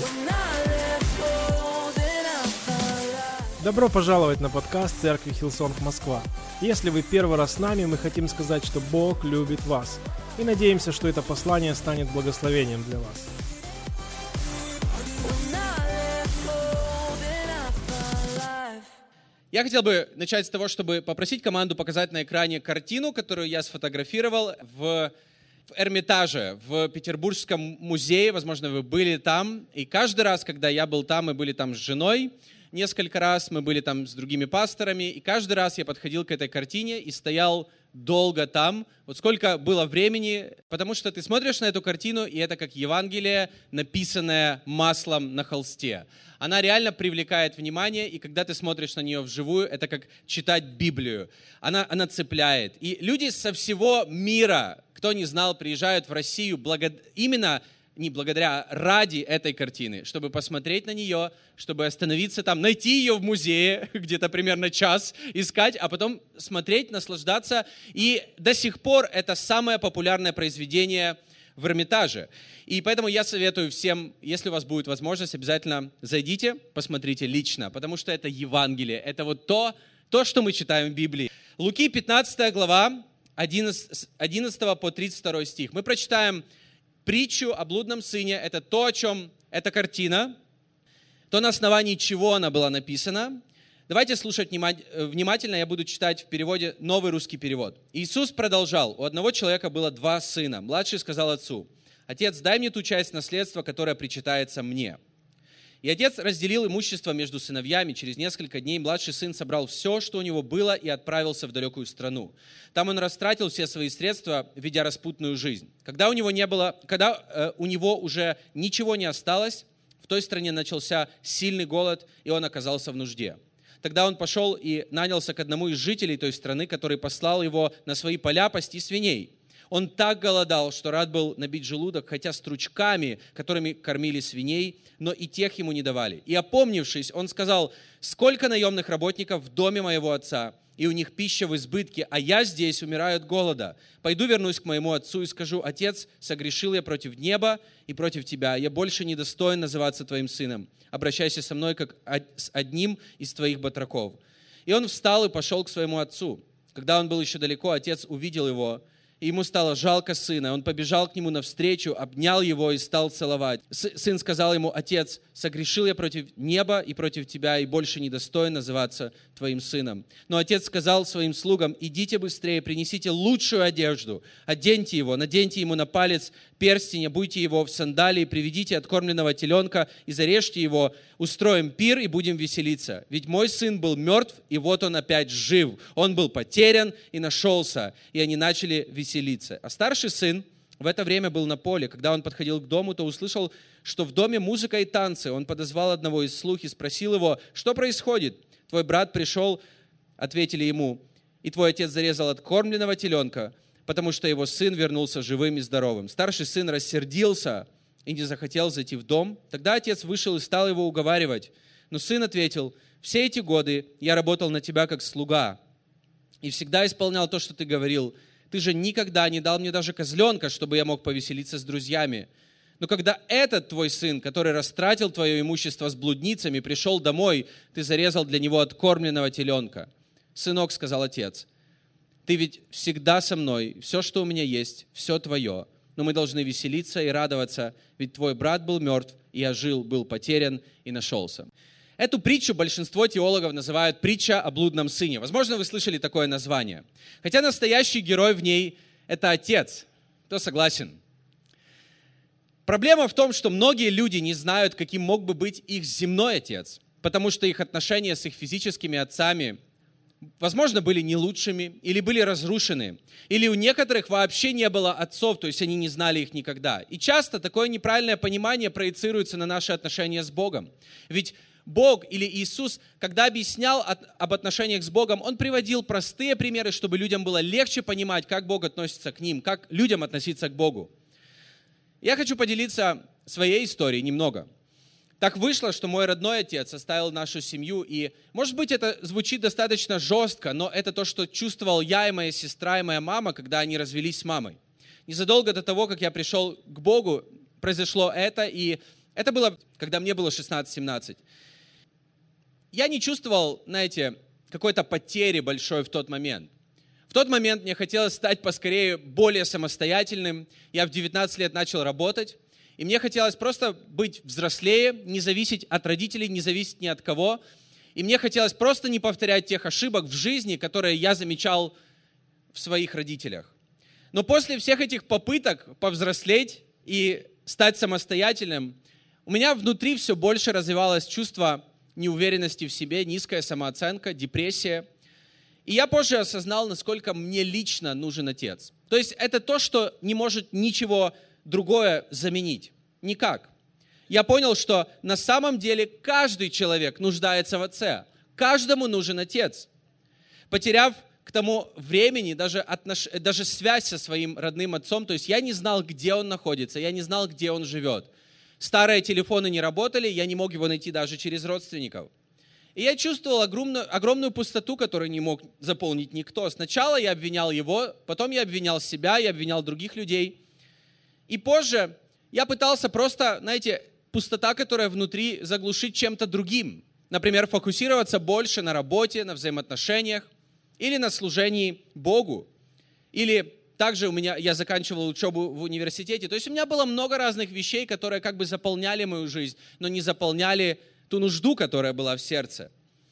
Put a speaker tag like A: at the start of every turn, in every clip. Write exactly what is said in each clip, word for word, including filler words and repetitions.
A: Добро пожаловать на подкаст Церкви Хиллсонг Москва. Если вы первый раз с нами, мы хотим сказать, что Бог любит вас. И надеемся, что это послание станет благословением для вас.
B: Я хотел бы начать с того, чтобы попросить команду показать на экране картину, которую я сфотографировал в, в Эрмитаже, в Петербургском музее. Возможно, вы были там. И каждый раз, когда я был там, мы были там с женой. Несколько раз мы были там с другими пасторами. И каждый раз я подходил к этой картине и стоял долго там. Вот сколько было времени. Потому что ты смотришь на эту картину, и это как Евангелие, написанное маслом на холсте. Она реально привлекает внимание, и когда ты смотришь на нее вживую, это как читать Библию. Она, она цепляет. И люди со всего мира, кто не знал, приезжают в Россию благо... именно не благодаря, а ради этой картины, чтобы посмотреть на нее, чтобы остановиться там, найти ее в музее, где-то примерно час, искать, а потом смотреть, наслаждаться. И до сих пор это самое популярное произведение в Эрмитаже. И поэтому я советую всем, если у вас будет возможность, обязательно зайдите, посмотрите лично, потому что это Евангелие, это вот то, то, что мы читаем в Библии. Луки пятнадцатая глава, одиннадцатый по тридцать второй стих. Мы прочитаем притчу о блудном сыне. Это то, о чем эта картина, то, на основании чего она была написана. Давайте слушать внимательно, я буду читать в переводе новый русский перевод. Иисус продолжал. У одного человека было два сына. Младший сказал отцу: «Отец, дай мне ту часть наследства, которая причитается мне». И отец разделил имущество между сыновьями. Через несколько дней младший сын собрал все, что у него было, и отправился в далекую страну. Там он растратил все свои средства, ведя распутную жизнь. Когда у него не было, когда э, у него уже ничего не осталось, в той стране начался сильный голод, и он оказался в нужде. Тогда он пошел и нанялся к одному из жителей той страны, который послал его на свои поля пасти свиней. Он так голодал, что рад был набить желудок, хотя стручками, которыми кормили свиней, но и тех ему не давали. И опомнившись, он сказал: «Сколько наемных работников в доме моего отца, и у них пища в избытке, а я здесь умираю от голода. Пойду вернусь к моему отцу и скажу: Отец, согрешил я против неба и против тебя, я больше не достоин называться твоим сыном. Обращайся со мной, как с одним из твоих батраков». И он встал и пошел к своему отцу. Когда он был еще далеко, отец увидел его, и ему стало жалко сына. Он побежал к нему навстречу, обнял его и стал целовать. Сын сказал ему: «Отец, согрешил я против неба и против тебя, и больше не достоин называться твоим сыном». Но отец сказал своим слугам: «Идите быстрее, принесите лучшую одежду, оденьте его, наденьте ему на палец перстень, обуйте его в сандалии, приведите откормленного теленка и зарежьте его, устроим пир и будем веселиться. Ведь мой сын был мертв, и вот он опять жив. Он был потерян и нашелся». И они начали веселиться. А старший сын в это время был на поле. Когда он подходил к дому, то услышал, что в доме музыка и танцы. Он подозвал одного из слуг и спросил его: «Что происходит?» «Твой брат пришел», — ответили ему, «и твой отец зарезал откормленного теленка, потому что его сын вернулся живым и здоровым». Старший сын рассердился и не захотел зайти в дом. Тогда отец вышел и стал его уговаривать. Но сын ответил: «Все эти годы я работал на тебя как слуга и всегда исполнял то, что ты говорил. Ты же никогда не дал мне даже козленка, чтобы я мог повеселиться с друзьями. Но когда этот твой сын, который растратил твое имущество с блудницами, пришел домой, ты зарезал для него откормленного теленка». «Сынок, — сказал отец, — ты ведь всегда со мной, все, что у меня есть, все твое. Но мы должны веселиться и радоваться, ведь твой брат был мертв, и ожил, был потерян и нашелся». Эту притчу большинство теологов называют «притча о блудном сыне». Возможно, вы слышали такое название. Хотя настоящий герой в ней – это отец. Кто согласен? Проблема в том, что многие люди не знают, каким мог бы быть их земной отец, потому что их отношения с их физическими отцами, возможно, были не лучшими, или были разрушены, или у некоторых вообще не было отцов, то есть они не знали их никогда. И часто такое неправильное понимание проецируется на наши отношения с Богом. Ведь Бог или Иисус, когда объяснял от, об отношениях с Богом, Он приводил простые примеры, чтобы людям было легче понимать, как Бог относится к ним, как людям относиться к Богу. Я хочу поделиться своей историей немного. Так вышло, что мой родной отец оставил нашу семью, и, может быть, это звучит достаточно жестко, но это то, что чувствовал я и моя сестра, и моя мама, когда они развелись с мамой. Незадолго до того, как я пришел к Богу, произошло это, и Это было, когда мне было шестнадцать-семнадцать. Я не чувствовал, знаете, какой-то потери большой в тот момент. В тот момент мне хотелось стать поскорее более самостоятельным. Я в девятнадцать лет начал работать, и мне хотелось просто быть взрослее, не зависеть от родителей, не зависеть ни от кого. И мне хотелось просто не повторять тех ошибок в жизни, которые я замечал в своих родителях. Но после всех этих попыток повзрослеть и стать самостоятельным, у меня внутри все больше развивалось чувство неуверенности в себе, низкая самооценка, депрессия. И я позже осознал, насколько мне лично нужен отец. То есть это то, что не может ничего другое заменить. Никак. Я понял, что на самом деле каждый человек нуждается в отце. Каждому нужен отец. Потеряв к тому времени даже, отнош... даже связь со своим родным отцом, то есть я не знал, где он находится, я не знал, где он живет. Старые телефоны не работали, я не мог его найти даже через родственников. И я чувствовал огромную, огромную пустоту, которую не мог заполнить никто. Сначала я обвинял его, потом я обвинял себя, я обвинял других людей. И позже я пытался просто, знаете, пустота, которая внутри, заглушить чем-то другим. Например, фокусироваться больше на работе, на взаимоотношениях или на служении Богу. Или также у меня, я заканчивал учебу в университете. То есть у меня было много разных вещей, которые как бы заполняли мою жизнь, но не заполняли ту нужду, которая была в сердце.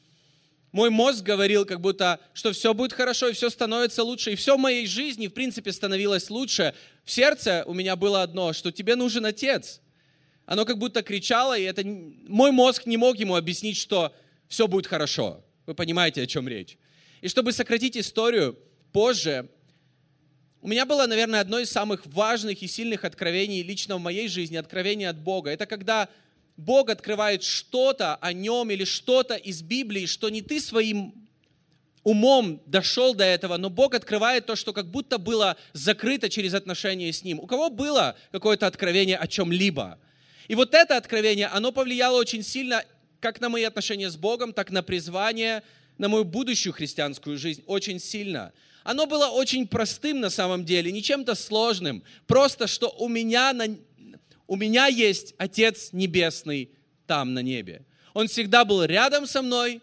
B: Мой мозг говорил, как будто, что все будет хорошо, и все становится лучше. И все в моей жизни, в принципе, становилось лучше. В сердце у меня было одно, что тебе нужен отец. Оно как будто кричало, и это мой мозг не мог ему объяснить, что все будет хорошо. Вы понимаете, о чем речь. И чтобы сократить историю, позже у меня было, наверное, одно из самых важных и сильных откровений лично в моей жизни, откровение от Бога. Это когда Бог открывает что-то о нем или что-то из Библии, что не ты своим умом дошел до этого, но Бог открывает то, что как будто было закрыто через отношения с Ним. У кого было какое-то откровение о чем-либо? И вот это откровение, оно повлияло очень сильно как на мои отношения с Богом, так на призвание, на мою будущую христианскую жизнь, очень сильно. Оно было очень простым на самом деле, не чем-то сложным. Просто, что у меня, на... у меня есть Отец Небесный там, на небе. Он всегда был рядом со мной,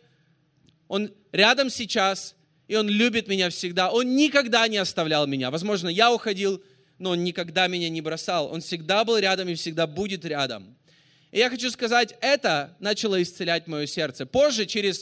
B: Он рядом сейчас, и Он любит меня всегда. Он никогда не оставлял меня. Возможно, я уходил, но Он никогда меня не бросал. Он всегда был рядом и всегда будет рядом. И я хочу сказать, это начало исцелять мое сердце. Позже, через,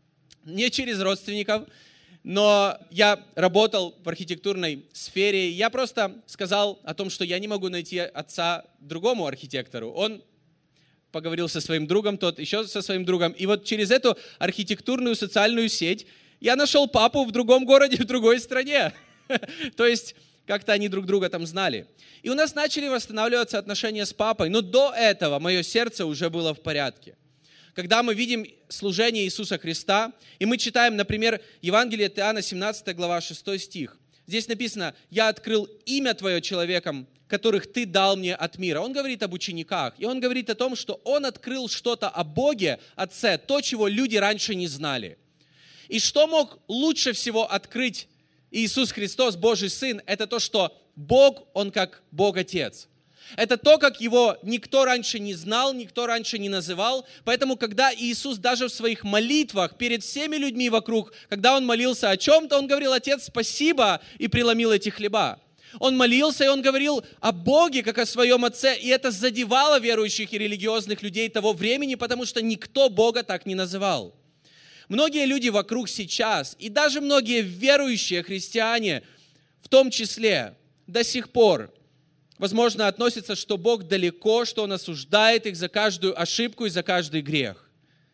B: не через родственников, но я работал в архитектурной сфере, и я просто сказал о том, что я не могу найти отца другому архитектору. Он поговорил со своим другом, тот еще со своим другом. И вот через эту архитектурную социальную сеть я нашел папу в другом городе, в другой стране. То есть как-то они друг друга там знали. И у нас начали восстанавливаться отношения с папой, но до этого мое сердце уже было в порядке. Когда мы видим служение Иисуса Христа, и мы читаем, например, Евангелие от Иоанна, семнадцатая глава, шестой стих. Здесь написано: «Я открыл имя Твое человекам, которых Ты дал мне от мира». Он говорит об учениках, и он говорит о том, что он открыл что-то о Боге, Отце, то, чего люди раньше не знали. И что мог лучше всего открыть Иисус Христос, Божий Сын, это то, что Бог, Он как Бог-Отец. Это то, как Его никто раньше не знал, никто раньше не называл. Поэтому, когда Иисус даже в своих молитвах перед всеми людьми вокруг, когда Он молился о чем-то, Он говорил: «Отец, спасибо», и преломил эти хлеба. Он молился, и Он говорил о Боге, как о Своем Отце, и это задевало верующих и религиозных людей того времени, потому что никто Бога так не называл. Многие люди вокруг сейчас, и даже многие верующие христиане, в том числе, до сих пор, возможно, относятся, что Бог далеко, что Он осуждает их за каждую ошибку и за каждый грех.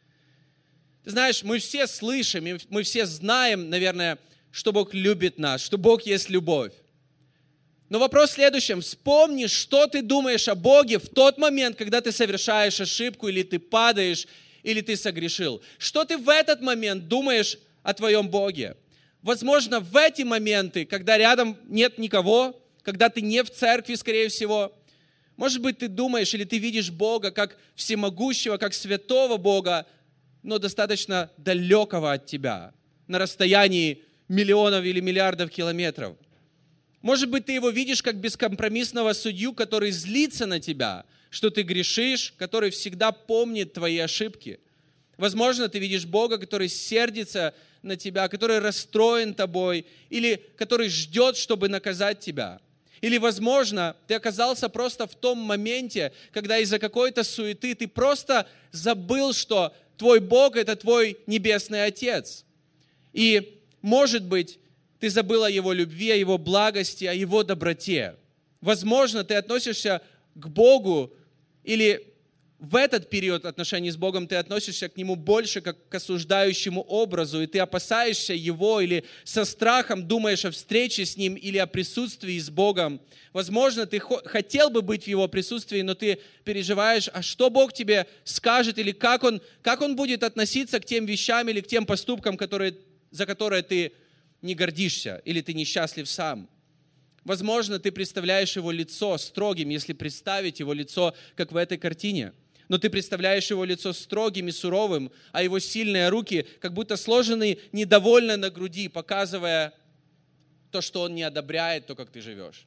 B: Ты знаешь, мы все слышим, мы все знаем, наверное, что Бог любит нас, что Бог есть любовь. Но вопрос в следующем. Вспомни, что ты думаешь о Боге в тот момент, когда ты совершаешь ошибку, или ты падаешь, или ты согрешил. Что ты в этот момент думаешь о твоем Боге? Возможно, в эти моменты, когда рядом нет никого, когда ты не в церкви, скорее всего, может быть, ты думаешь или ты видишь Бога как всемогущего, как святого Бога, но достаточно далекого от тебя, на расстоянии миллионов или миллиардов километров. Может быть, ты Его видишь как бескомпромиссного судью, который злится на тебя, что ты грешишь, который всегда помнит твои ошибки. Возможно, ты видишь Бога, который сердится на тебя, который расстроен тобой, или который ждет, чтобы наказать тебя. Или, возможно, ты оказался просто в том моменте, когда из-за какой-то суеты ты просто забыл, что твой Бог – это твой Небесный Отец. И, может быть, ты забыл о Его любви, о Его благости, о Его доброте. Возможно, ты относишься к Богу, или в этот период отношений с Богом ты относишься к Нему больше как к осуждающему образу, и ты опасаешься Его, или со страхом думаешь о встрече с Ним, или о присутствии с Богом. Возможно, ты хотел бы быть в Его присутствии, но ты переживаешь, а что Бог тебе скажет, или как Он, как Он будет относиться к тем вещам, или к тем поступкам, которые, за которые ты не гордишься, или ты несчастлив сам. Возможно, ты представляешь Его лицо строгим, если представить Его лицо, как в этой картине. Но ты представляешь Его лицо строгим и суровым, а Его сильные руки как будто сложены недовольно на груди, показывая то, что Он не одобряет, то, как ты живешь.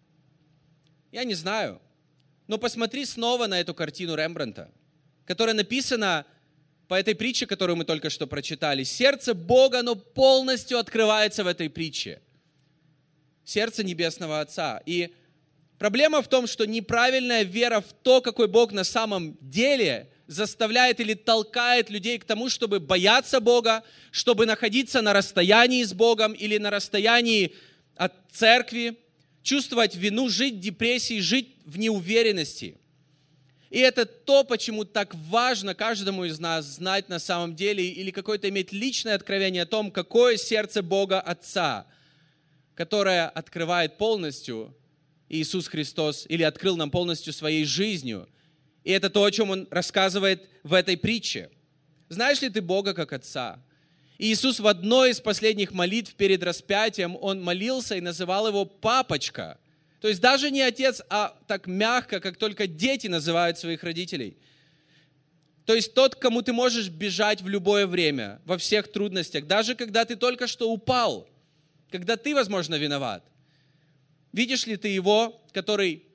B: Я не знаю, но посмотри снова на эту картину Рембрандта, которая написана по этой притче, которую мы только что прочитали. Сердце Бога, оно полностью открывается в этой притче. Сердце Небесного Отца. И проблема в том, что неправильная вера в то, какой Бог на самом деле, заставляет или толкает людей к тому, чтобы бояться Бога, чтобы находиться на расстоянии с Богом или на расстоянии от церкви, чувствовать вину, жить в депрессии, жить в неуверенности. И это то, почему так важно каждому из нас знать на самом деле или какое-то иметь личное откровение о том, какое сердце Бога Отца, которое открывает полностью Иисус Христос или открыл нам полностью своей жизнью. И это то, о чем Он рассказывает в этой притче. Знаешь ли ты Бога как Отца? И Иисус в одной из последних молитв перед распятием, Он молился и называл Его «папочка». То есть даже не отец, а так мягко, как только дети называют своих родителей. То есть тот, к кому ты можешь бежать в любое время, во всех трудностях, даже когда ты только что упал, когда ты, возможно, виноват. Видишь ли ты Его, который...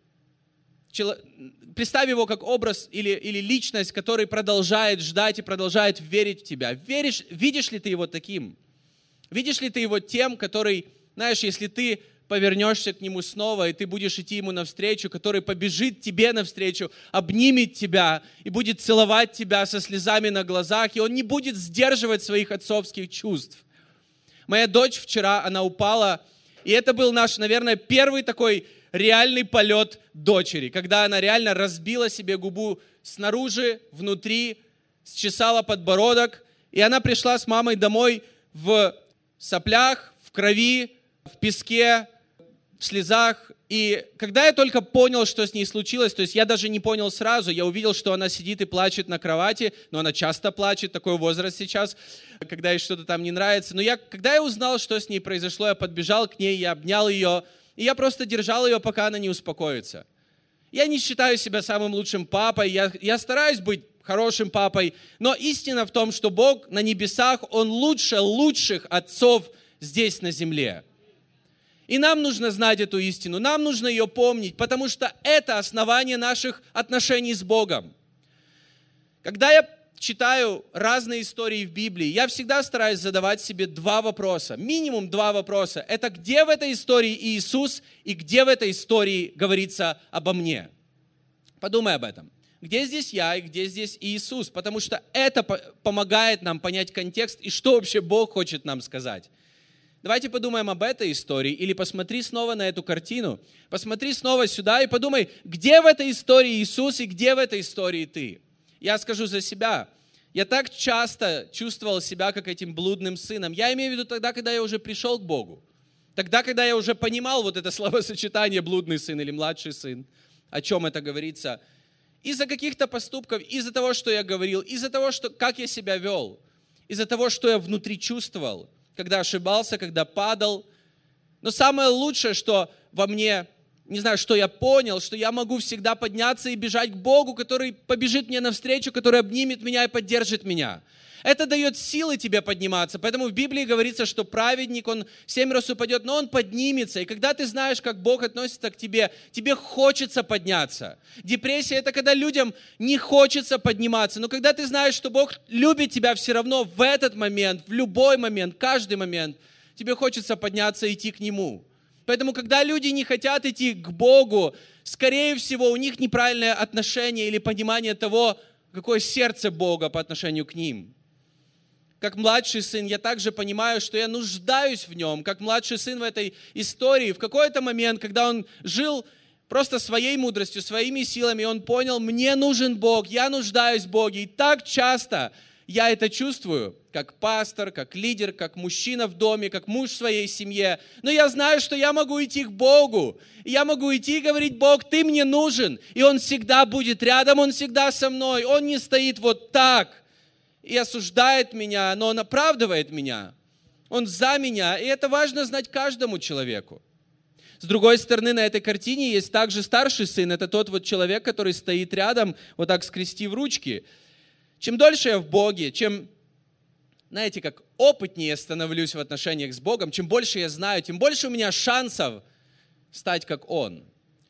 B: Представь Его как образ или, или личность, который продолжает ждать и продолжает верить в тебя. Веришь, видишь ли ты Его таким? Видишь ли ты Его тем, который, знаешь, если ты повернешься к Нему снова, и ты будешь идти Ему навстречу, который побежит тебе навстречу, обнимет тебя и будет целовать тебя со слезами на глазах, и Он не будет сдерживать своих отцовских чувств. Моя дочь вчера, она упала, и это был наш, наверное, первый такой реальный полет дочери, когда она реально разбила себе губу снаружи, внутри, счесала подбородок, и она пришла с мамой домой в соплях, в крови, в песке, в слезах. И когда я только понял, что с ней случилось, то есть я даже не понял сразу, я увидел, что она сидит и плачет на кровати, но она часто плачет, такой возраст сейчас, когда ей что-то там не нравится. Но я, когда я узнал, что с ней произошло, я подбежал к ней, я обнял ее, и я просто держал ее, пока она не успокоится. Я не считаю себя самым лучшим папой, я, я стараюсь быть хорошим папой, но истина в том, что Бог на небесах, Он лучше лучших отцов здесь на земле. И нам нужно знать эту истину, нам нужно ее помнить, потому что это основание наших отношений с Богом. Когда я читаю разные истории в Библии, я всегда стараюсь задавать себе два вопроса, минимум два вопроса. Это где в этой истории Иисус и где в этой истории говорится обо мне? Подумай об этом. Где здесь я и где здесь Иисус? Потому что это помогает нам понять контекст и что вообще Бог хочет нам сказать. Давайте подумаем об этой истории, или посмотри снова на эту картину, посмотри снова сюда и подумай, где в этой истории Иисус и где в этой истории ты. Я скажу за себя, я так часто чувствовал себя как этим блудным сыном. Я имею в виду тогда, когда я уже пришел к Богу, тогда, когда я уже понимал вот это словосочетание «блудный сын» или «младший сын», о чем это говорится, из-за каких-то поступков, из-за того, что я говорил, из-за того, что, как я себя вел, из-за того, что я внутри чувствовал, когда ошибался, когда падал. Но самое лучшее, что во мне не знаю, что я понял, что я могу всегда подняться и бежать к Богу, который побежит мне навстречу, который обнимет меня и поддержит меня. Это дает силы тебе подниматься. Поэтому в Библии говорится, что праведник, он семь раз упадет, но он поднимется. И когда ты знаешь, как Бог относится к тебе, тебе хочется подняться. Депрессия – это когда людям не хочется подниматься. Но когда ты знаешь, что Бог любит тебя все равно в этот момент, в любой момент, каждый момент, тебе хочется подняться и идти к Нему. Поэтому, когда люди не хотят идти к Богу, скорее всего, у них неправильное отношение или понимание того, какое сердце Бога по отношению к ним. Как младший сын, я также понимаю, что я нуждаюсь в нем, как младший сын в этой истории. В какой-то момент, когда он жил просто своей мудростью, своими силами, он понял, мне нужен Бог, я нуждаюсь в Боге. И так часто я это чувствую, как пастор, как лидер, как мужчина в доме, как муж в своей семье. Но я знаю, что я могу идти к Богу. И я могу идти и говорить, Бог, ты мне нужен. И Он всегда будет рядом, Он всегда со мной. Он не стоит вот так и осуждает меня, но Он оправдывает меня. Он за меня, и это важно знать каждому человеку. С другой стороны, на этой картине есть также старший сын. Это тот вот человек, который стоит рядом, вот так скрестив ручки. Чем дольше я в Боге, чем, знаете, как опытнее становлюсь в отношениях с Богом, чем больше я знаю, тем больше у меня шансов стать как Он.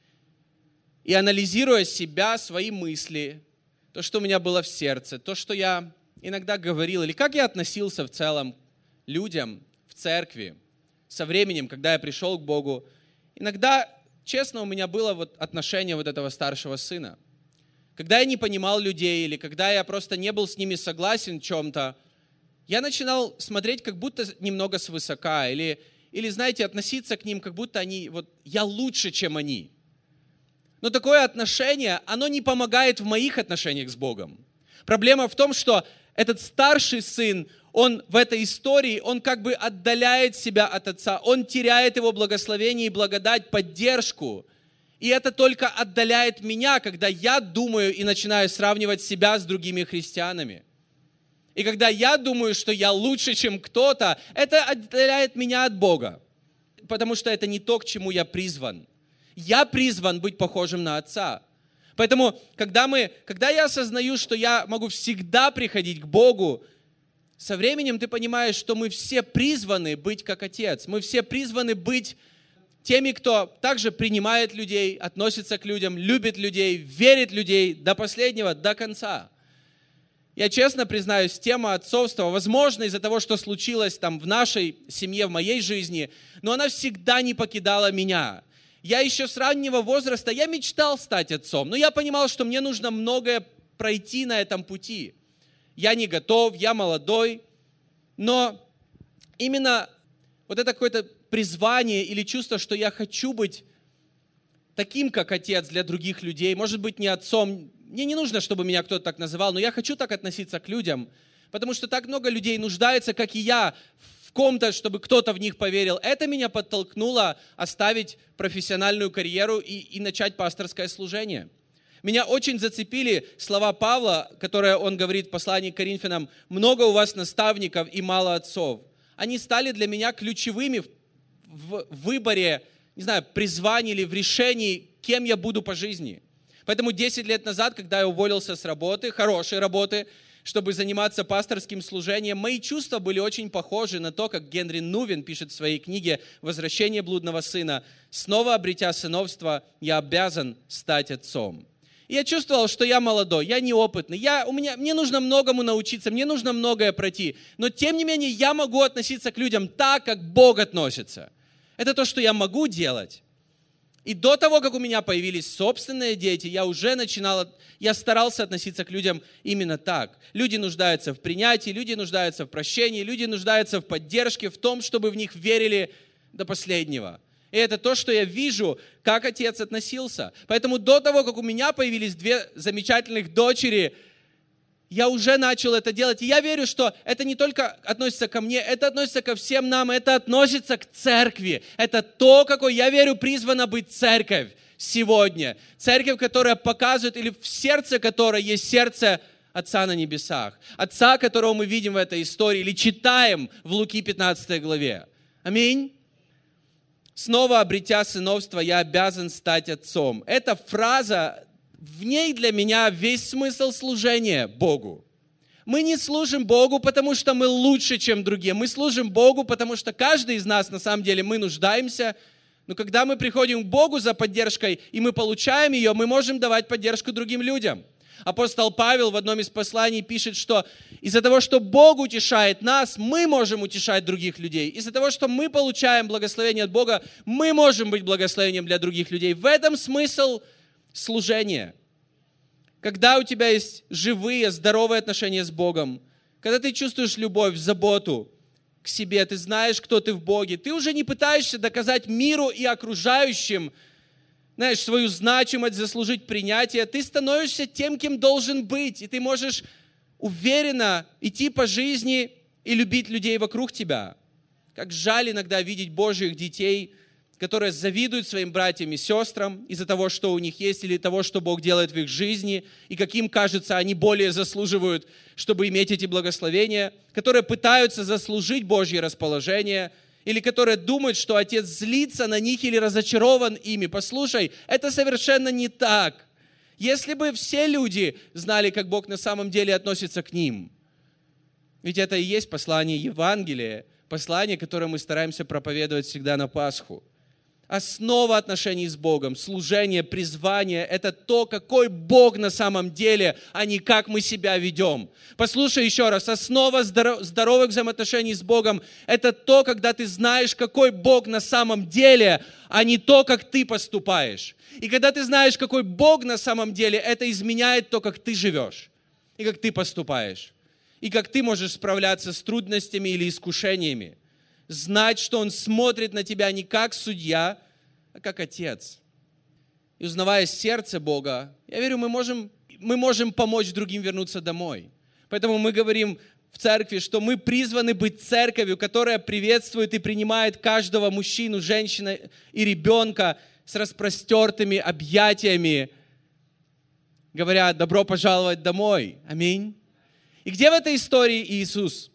B: И анализируя себя, свои мысли, то, что у меня было в сердце, то, что я иногда говорил, или как я относился в целом к людям в церкви со временем, когда я пришел к Богу, иногда, честно, у меня было вот отношение вот этого старшего сына. Когда я не понимал людей, или когда я просто не был с ними согласен в чем-то, я начинал смотреть как будто немного свысока, или, или, знаете, относиться к ним, как будто они, вот, я лучше, чем они. Но такое отношение, оно не помогает в моих отношениях с Богом. Проблема в том, что этот старший сын, он в этой истории, он как бы отдаляет себя от отца, он теряет его благословение и благодать, поддержку. И это только отдаляет меня, когда я думаю и начинаю сравнивать себя с другими христианами. И когда я думаю, что я лучше, чем кто-то, это отдаляет меня от Бога. Потому что это не то, к чему я призван. Я призван быть похожим на отца. Поэтому, когда, мы, когда я осознаю, что я могу всегда приходить к Богу, со временем ты понимаешь, что мы все призваны быть как Отец. Мы все призваны быть теми, кто также принимает людей, относится к людям, любит людей, верит в людей до последнего, до конца. Я честно признаюсь, тема отцовства, возможно, из-за того, что случилось там в нашей семье, в моей жизни, но она всегда не покидала меня. Я еще с раннего возраста, я мечтал стать отцом, но я понимал, что мне нужно многое пройти на этом пути. Я не готов, я молодой, но именно вот это какое-то призвание или чувство, что я хочу быть таким, как отец для других людей, может быть, не отцом, мне не нужно, чтобы меня кто-то так называл, но я хочу так относиться к людям, потому что так много людей нуждается, как и я, в ком-то, чтобы кто-то в них поверил. Это меня подтолкнуло оставить профессиональную карьеру и, и начать пасторское служение. Меня очень зацепили слова Павла, которые он говорит в послании к Коринфянам: «Много у вас наставников и мало отцов». Они стали для меня ключевыми в, в выборе, не знаю, призвания или в решении, кем я буду по жизни. Поэтому десять лет назад, когда я уволился с работы, хорошей работы, чтобы заниматься пасторским служением, мои чувства были очень похожи на то, как Генри Нувин пишет в своей книге «Возвращение блудного сына». «Снова обретя сыновство, я обязан стать отцом». И я чувствовал, что я молодой, я неопытный, я, у меня, мне нужно многому научиться, мне нужно многое пройти. Но тем не менее я могу относиться к людям так, как Бог относится. Это то, что я могу делать. И до того, как у меня появились собственные дети, я уже начинал, я старался относиться к людям именно так. Люди нуждаются в принятии, люди нуждаются в прощении, люди нуждаются в поддержке, в том, чтобы в них верили до последнего. И это то, что я вижу, как отец относился. Поэтому до того, как у меня появились две замечательных дочери, я уже начал это делать. И я верю, что это не только относится ко мне, это относится ко всем нам, это относится к церкви. Это то, какой, я верю, призвана быть церковь сегодня. Церковь, которая показывает, или в сердце которой есть сердце Отца на небесах. Отца, которого мы видим в этой истории, или читаем в Луки пятнадцатой главе. Аминь. снова обретя сыновство, я обязан стать отцом. Эта фраза, в ней для меня весь смысл служения Богу. Мы не служим Богу, потому что мы лучше, чем другие. Мы служим Богу, потому что каждый из нас, на самом деле, мы нуждаемся. Но когда мы приходим к Богу за поддержкой, и мы получаем ее, мы можем давать поддержку другим людям. Апостол Павел в одном из посланий пишет, что из-за того, что Бог утешает нас, мы можем утешать других людей. Из-за того, что мы получаем благословение от Бога, мы можем быть благословением для других людей. В этом смысл служения. Когда у тебя есть живые, здоровые отношения с Богом, когда ты чувствуешь любовь, заботу к себе, ты знаешь, кто ты в Боге, ты уже не пытаешься доказать миру и окружающим, знаешь, свою значимость, заслужить принятие, ты становишься тем, кем должен быть, и ты можешь уверенно идти по жизни и любить людей вокруг тебя. Как жаль иногда видеть Божьих детей, которые завидуют своим братьям и сестрам из-за того, что у них есть, или того, что Бог делает в их жизни, и каким, кажется, они более заслуживают, чтобы иметь эти благословения, которые пытаются заслужить Божье расположение, или которые думают, что Отец злится на них или разочарован ими. Послушай, это совершенно не так. Если бы все люди знали, как Бог на самом деле относится к ним, ведь это и есть послание Евангелия, послание, которое мы стараемся проповедовать всегда на Пасху. Основа отношений с Богом, служение, призвание – это то, какой Бог на самом деле, а не как мы себя ведем. Послушай еще раз, основа здоровых взаимоотношений с Богом – это то, когда ты знаешь, какой Бог на самом деле, а не то, как ты поступаешь. И когда ты знаешь, какой Бог на самом деле, это изменяет то, как ты живешь и как ты поступаешь, и как ты можешь справляться с трудностями или искушениями. Знать, что Он смотрит на тебя не как судья, а как Отец. И узнавая сердце Бога, я верю, мы можем, мы можем помочь другим вернуться домой. Поэтому мы говорим в церкви, что мы призваны быть церковью, которая приветствует и принимает каждого мужчину, женщину и ребенка с распростертыми объятиями, говоря: «Добро пожаловать домой». Аминь. И где в этой истории Иисус?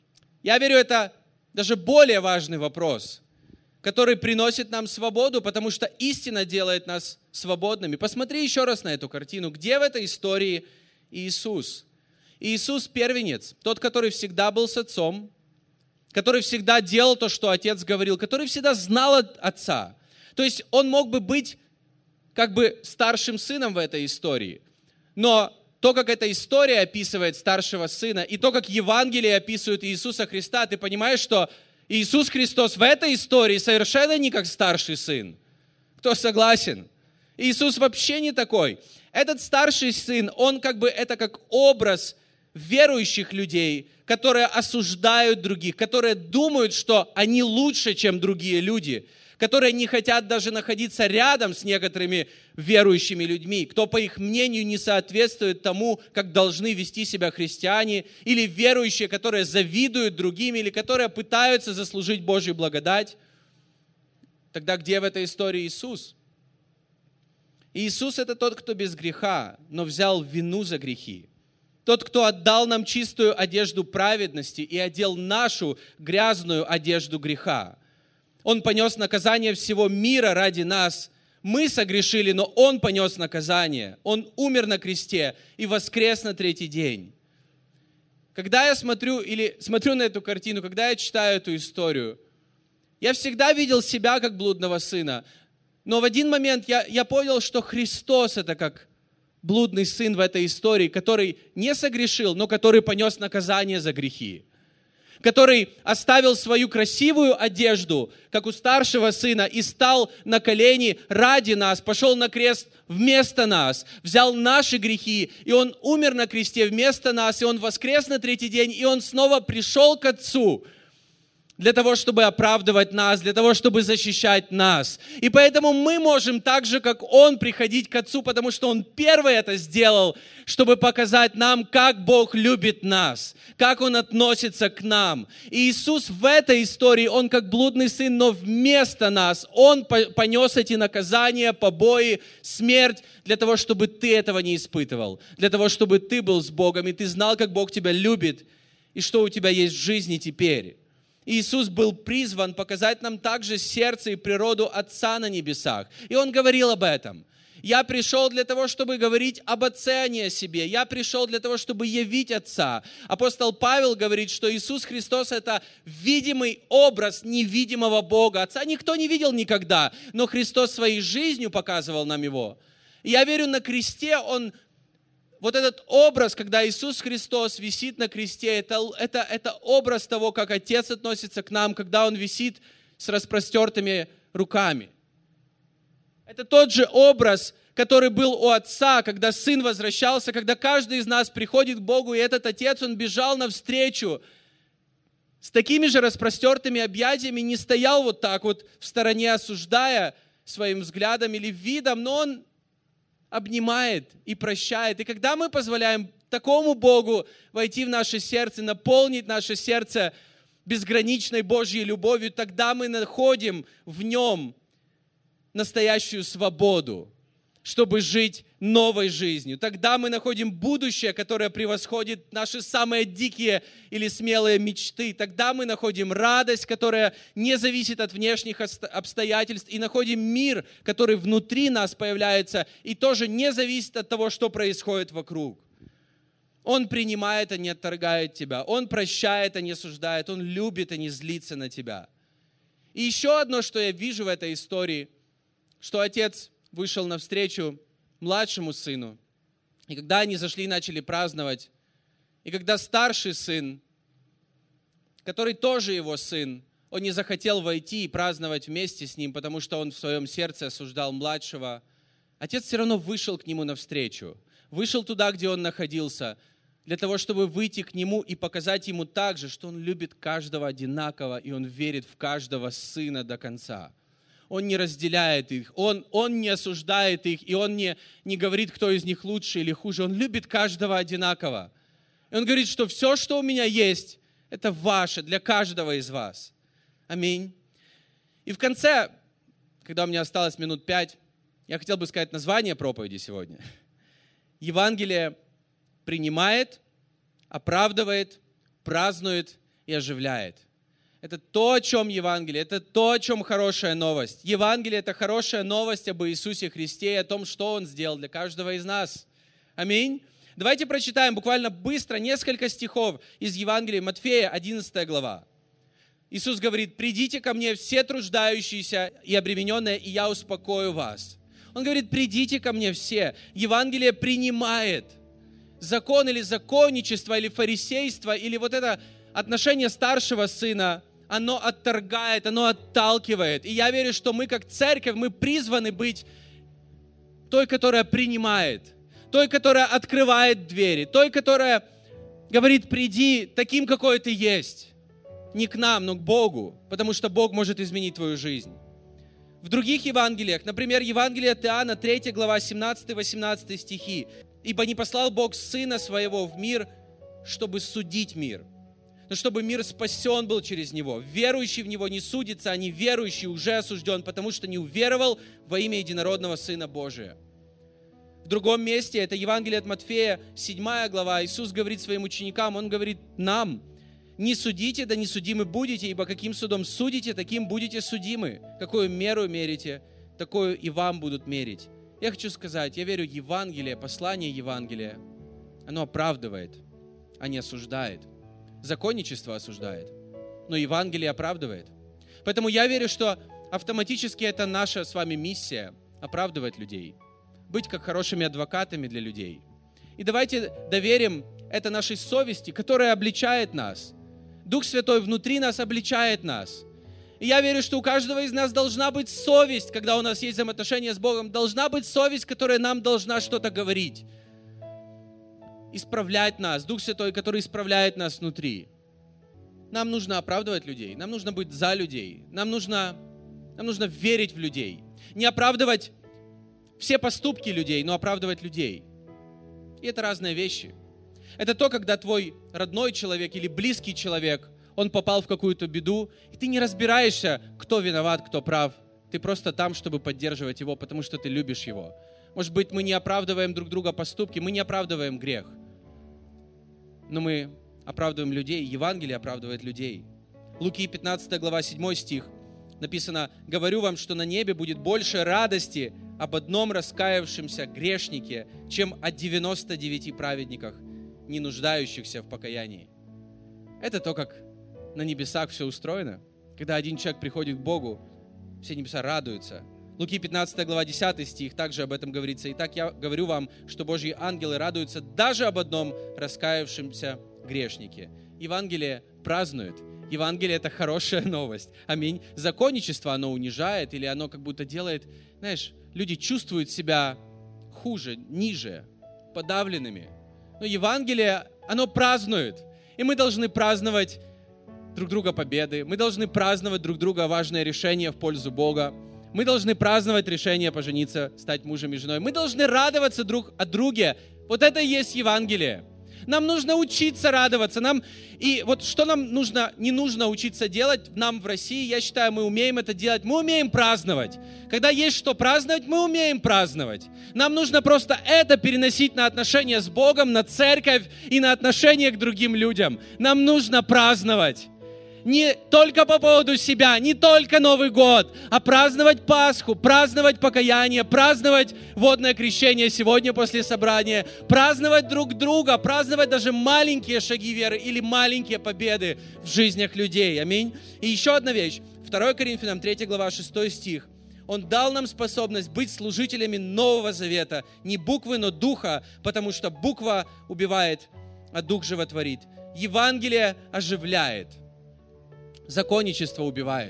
B: Я верю, это даже более важный вопрос, который приносит нам свободу, потому что истина делает нас свободными. Посмотри еще раз на эту картину. Где в этой истории Иисус? Иисус первенец, тот, который всегда был с Отцом, который всегда делал то, что Отец говорил, который всегда знал Отца. То есть он мог бы быть как бы старшим сыном в этой истории. Но то, как эта история описывает старшего сына, и то, как Евангелие описывает Иисуса Христа, ты понимаешь, что Иисус Христос в этой истории совершенно не как старший сын. Кто согласен? Иисус вообще не такой. Этот старший сын, он как бы, это как образ верующих людей, которые осуждают других, которые думают, что они лучше, чем другие люди, которые не хотят даже находиться рядом с некоторыми верующими людьми, кто, по их мнению, не соответствует тому, как должны вести себя христиане, или верующие, которые завидуют другим, или которые пытаются заслужить Божью благодать. Тогда где в этой истории Иисус? Иисус – это тот, кто без греха, но взял вину за грехи. Тот, кто отдал нам чистую одежду праведности и одел нашу грязную одежду греха. Он понес наказание всего мира ради нас. Мы согрешили, но Он понес наказание. Он умер на кресте и воскрес на третий день. Когда я смотрю, или смотрю на эту картину, когда я читаю эту историю, я всегда видел себя как блудного сына. Но в один момент я, я понял, что Христос – это как блудный сын в этой истории, который не согрешил, но который понес наказание за грехи. Который оставил свою красивую одежду, как у старшего сына, и стал на колени ради нас, пошел на крест вместо нас, взял наши грехи, и Он умер на кресте вместо нас, и Он воскрес на третий день, и Он снова пришел к Отцу для того, чтобы оправдывать нас, для того, чтобы защищать нас. И поэтому мы можем так же, как Он, приходить к Отцу, потому что Он первый это сделал, чтобы показать нам, как Бог любит нас, как Он относится к нам. И Иисус в этой истории, Он как блудный сын, но вместо нас, Он понес эти наказания, побои, смерть, для того, чтобы ты этого не испытывал, для того, чтобы ты был с Богом, и ты знал, как Бог тебя любит, и что у тебя есть в жизни теперь. Иисус был призван показать нам также сердце и природу Отца на небесах. И Он говорил об этом. Я пришел для того, чтобы говорить об Отце, а не о себе. Я пришел для того, чтобы явить Отца. Апостол Павел говорит, что Иисус Христос – это видимый образ невидимого Бога. Отца никто не видел никогда, но Христос своей жизнью показывал нам Его. И я верю, на кресте Он, вот этот образ, когда Иисус Христос висит на кресте, это, это, это образ того, как Отец относится к нам, когда Он висит с распростертыми руками. Это тот же образ, который был у Отца, когда Сын возвращался, когда каждый из нас приходит к Богу, и этот Отец, Он бежал навстречу с такими же распростертыми объятиями, не стоял вот так вот в стороне, осуждая своим взглядом или видом, но Он обнимает и прощает. И когда мы позволяем такому Богу войти в наше сердце, наполнить наше сердце безграничной Божьей любовью, тогда мы находим в Нем настоящую свободу, чтобы жить новой жизнью. Тогда мы находим будущее, которое превосходит наши самые дикие или смелые мечты. Тогда мы находим радость, которая не зависит от внешних обстоятельств, и находим мир, который внутри нас появляется, и тоже не зависит от того, что происходит вокруг. Он принимает, а не отторгает тебя. Он прощает, а не осуждает. Он любит, а не злится на тебя. И еще одно, что я вижу в этой истории, что отец вышел навстречу младшему сыну. И когда они зашли и начали праздновать, и когда старший сын, который тоже его сын, он не захотел войти и праздновать вместе с ним, потому что он в своем сердце осуждал младшего, отец все равно вышел к нему навстречу. Вышел туда, где он находился, для того, чтобы выйти к нему и показать ему также, что он любит каждого одинаково, и он верит в каждого сына до конца. Он не разделяет их, он, он не осуждает их, и он не, не говорит, кто из них лучше или хуже. Он любит каждого одинаково. И он говорит, что все, что у меня есть, это ваше, для каждого из вас. Аминь. И в конце, когда у меня осталось минут пять, я хотел бы сказать название проповеди сегодня. Евангелие принимает, оправдывает, празднует и оживляет. Это то, о чем Евангелие, это то, о чем хорошая новость. Евангелие – это хорошая новость об Иисусе Христе и о том, что Он сделал для каждого из нас. Аминь. Давайте прочитаем буквально быстро несколько стихов из Евангелия Матфея, одиннадцатая глава. Иисус говорит: «Придите ко мне все труждающиеся и обремененные, и я успокою вас». Он говорит: «Придите ко мне все». Евангелие принимает. Закон или законничество, или фарисейство, или вот это отношение старшего сына, оно отторгает, оно отталкивает. И я верю, что мы как церковь, мы призваны быть той, которая принимает, той, которая открывает двери, той, которая говорит: приди таким, какой ты есть. Не к нам, но к Богу, потому что Бог может изменить твою жизнь. В других Евангелиях, например, Евангелие от Иоанна, третья глава, семнадцатый-восемнадцатый стихи. «Ибо не послал Бог Сына Своего в мир, чтобы судить мир, но чтобы мир спасен был через Него. Верующий в Него не судится, а неверующий уже осужден, потому что не уверовал во имя единородного Сына Божия». В другом месте, это Евангелие от Матфея, седьмая глава, Иисус говорит своим ученикам, Он говорит нам: «Не судите, да не судимы будете, ибо каким судом судите, таким будете судимы. Какую меру мерите, такую и вам будут мерить». Я хочу сказать, я верю, Евангелие, послание Евангелия, оно оправдывает, а не осуждает. Законничество осуждает, но Евангелие оправдывает. Поэтому я верю, что автоматически это наша с вами миссия – оправдывать людей, быть как хорошими адвокатами для людей. И давайте доверим это нашей совести, которая обличает нас. Дух Святой внутри нас обличает нас. И я верю, что у каждого из нас должна быть совесть, когда у нас есть взаимоотношения с Богом, должна быть совесть, которая нам должна что-то говорить. Исправлять нас, Дух Святой, который исправляет нас внутри. Нам нужно оправдывать людей, нам нужно быть за людей, нам нужно, нам нужно верить в людей. Не оправдывать все поступки людей, но оправдывать людей. И это разные вещи. Это то, когда твой родной человек или близкий человек, он попал в какую-то беду, и ты не разбираешься, кто виноват, кто прав. Ты просто там, чтобы поддерживать его, потому что ты любишь его. Может быть, мы не оправдываем друг друга поступки, мы не оправдываем грех. Но мы оправдываем людей, Евангелие оправдывает людей. Луки пятнадцатая глава, седьмой стих. Написано: «Говорю вам, что на небе будет больше радости об одном раскаявшемся грешнике, чем о девяноста девяти праведниках, не нуждающихся в покаянии». Это то, как на небесах все устроено. Когда один человек приходит к Богу, все небеса радуются. Луки пятнадцатая глава, десятый стих, также об этом говорится. «Итак, я говорю вам, что Божьи ангелы радуются даже об одном раскаявшемся грешнике». Евангелие празднует. Евангелие — это хорошая новость. Аминь. Законничество, оно унижает, или оно как будто делает, знаешь, люди чувствуют себя хуже, ниже, подавленными. Но Евангелие, оно празднует. И мы должны праздновать друг друга победы. Мы должны праздновать друг друга важное решение в пользу Бога. Мы должны праздновать решение пожениться, стать мужем и женой. Мы должны радоваться друг о друге. Вот это и есть Евангелие. Нам нужно учиться радоваться. Нам... И вот что нам нужно, не нужно учиться делать нам в России, я считаю, мы умеем это делать. Мы умеем праздновать. Когда есть что праздновать, мы умеем праздновать. Нам нужно просто это переносить на отношения с Богом, на церковь и на отношения к другим людям. Нам нужно праздновать. Не только по поводу себя, не только Новый год, а праздновать Пасху, праздновать покаяние, праздновать водное крещение сегодня после собрания, праздновать друг друга, праздновать даже маленькие шаги веры или маленькие победы в жизнях людей. Аминь. И еще одна вещь. второе Коринфянам третья глава, шестой стих. Он дал нам способность быть служителями Нового Завета. Не буквы, но духа, потому что буква убивает, а дух животворит. Евангелие оживляет. Законничество убивает.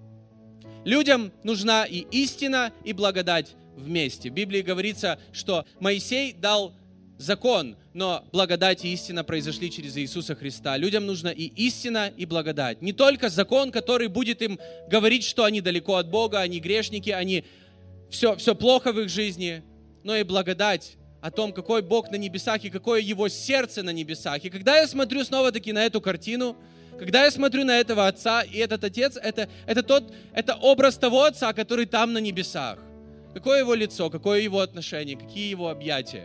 B: Людям нужна и истина, и благодать вместе. В Библии говорится, что Моисей дал закон, но благодать и истина произошли через Иисуса Христа. Людям нужна и истина, и благодать. Не только закон, который будет им говорить, что они далеко от Бога, они грешники, они все, все плохо в их жизни, но и благодать о том, какой Бог на небесах и какое Его сердце на небесах. И когда я смотрю снова-таки на эту картину, когда я смотрю на этого отца, и этот отец, это, это, тот, это образ того отца, который там на небесах. Какое его лицо, какое его отношение, какие его объятия.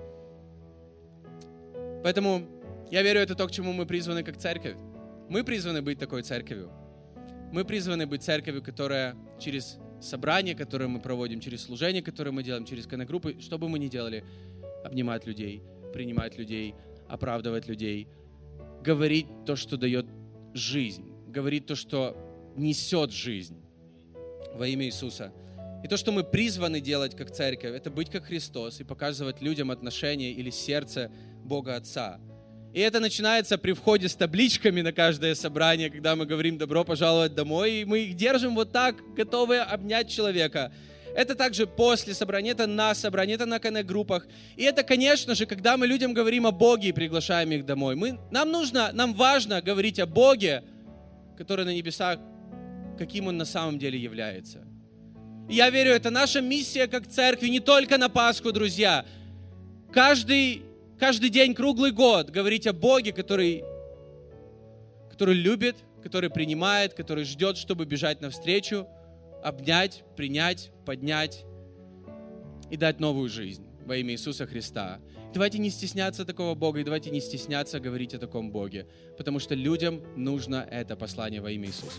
B: Поэтому я верю, это то, к чему мы призваны как церковь. Мы призваны быть такой церковью. Мы призваны быть церковью, которая через собрание, которое мы проводим, через служение, которое мы делаем, через коннект-группы, что бы мы ни делали, обнимать людей, принимать людей, оправдывать людей, говорить то, что дает жизнь, говорить то, что несет жизнь во имя Иисуса. И то, что мы призваны делать как церковь, это быть как Христос и показывать людям отношение или сердце Бога Отца. И это начинается при входе с табличками на каждое собрание, когда мы говорим «добро пожаловать домой», и мы их держим вот так, готовые обнять человека. Это также после собрания, это на собрании, это на коннект-группах. И это, конечно же, когда мы людям говорим о Боге и приглашаем их домой. Мы, нам нужно, нам важно говорить о Боге, который на небесах, каким Он на самом деле является. И я верю, это наша миссия как церкви, не только на Пасху, друзья. Каждый, каждый день, круглый год говорить о Боге, который, который любит, который принимает, который ждет, чтобы бежать навстречу, обнять, принять, поднять и дать новую жизнь во имя Иисуса Христа. Давайте не стесняться такого Бога, и давайте не стесняться говорить о таком Боге, потому что людям нужно это послание во имя Иисуса.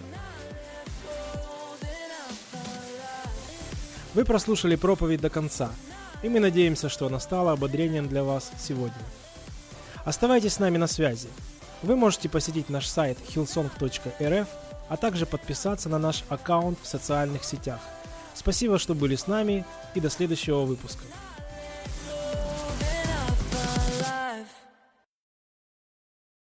A: Вы прослушали проповедь до конца, и мы надеемся, что она стала ободрением для вас сегодня. Оставайтесь с нами на связи. Вы можете посетить наш сайт хиллсонг точка эр эф, а также подписаться на наш аккаунт в социальных сетях. Спасибо, что были с нами, и до следующего выпуска.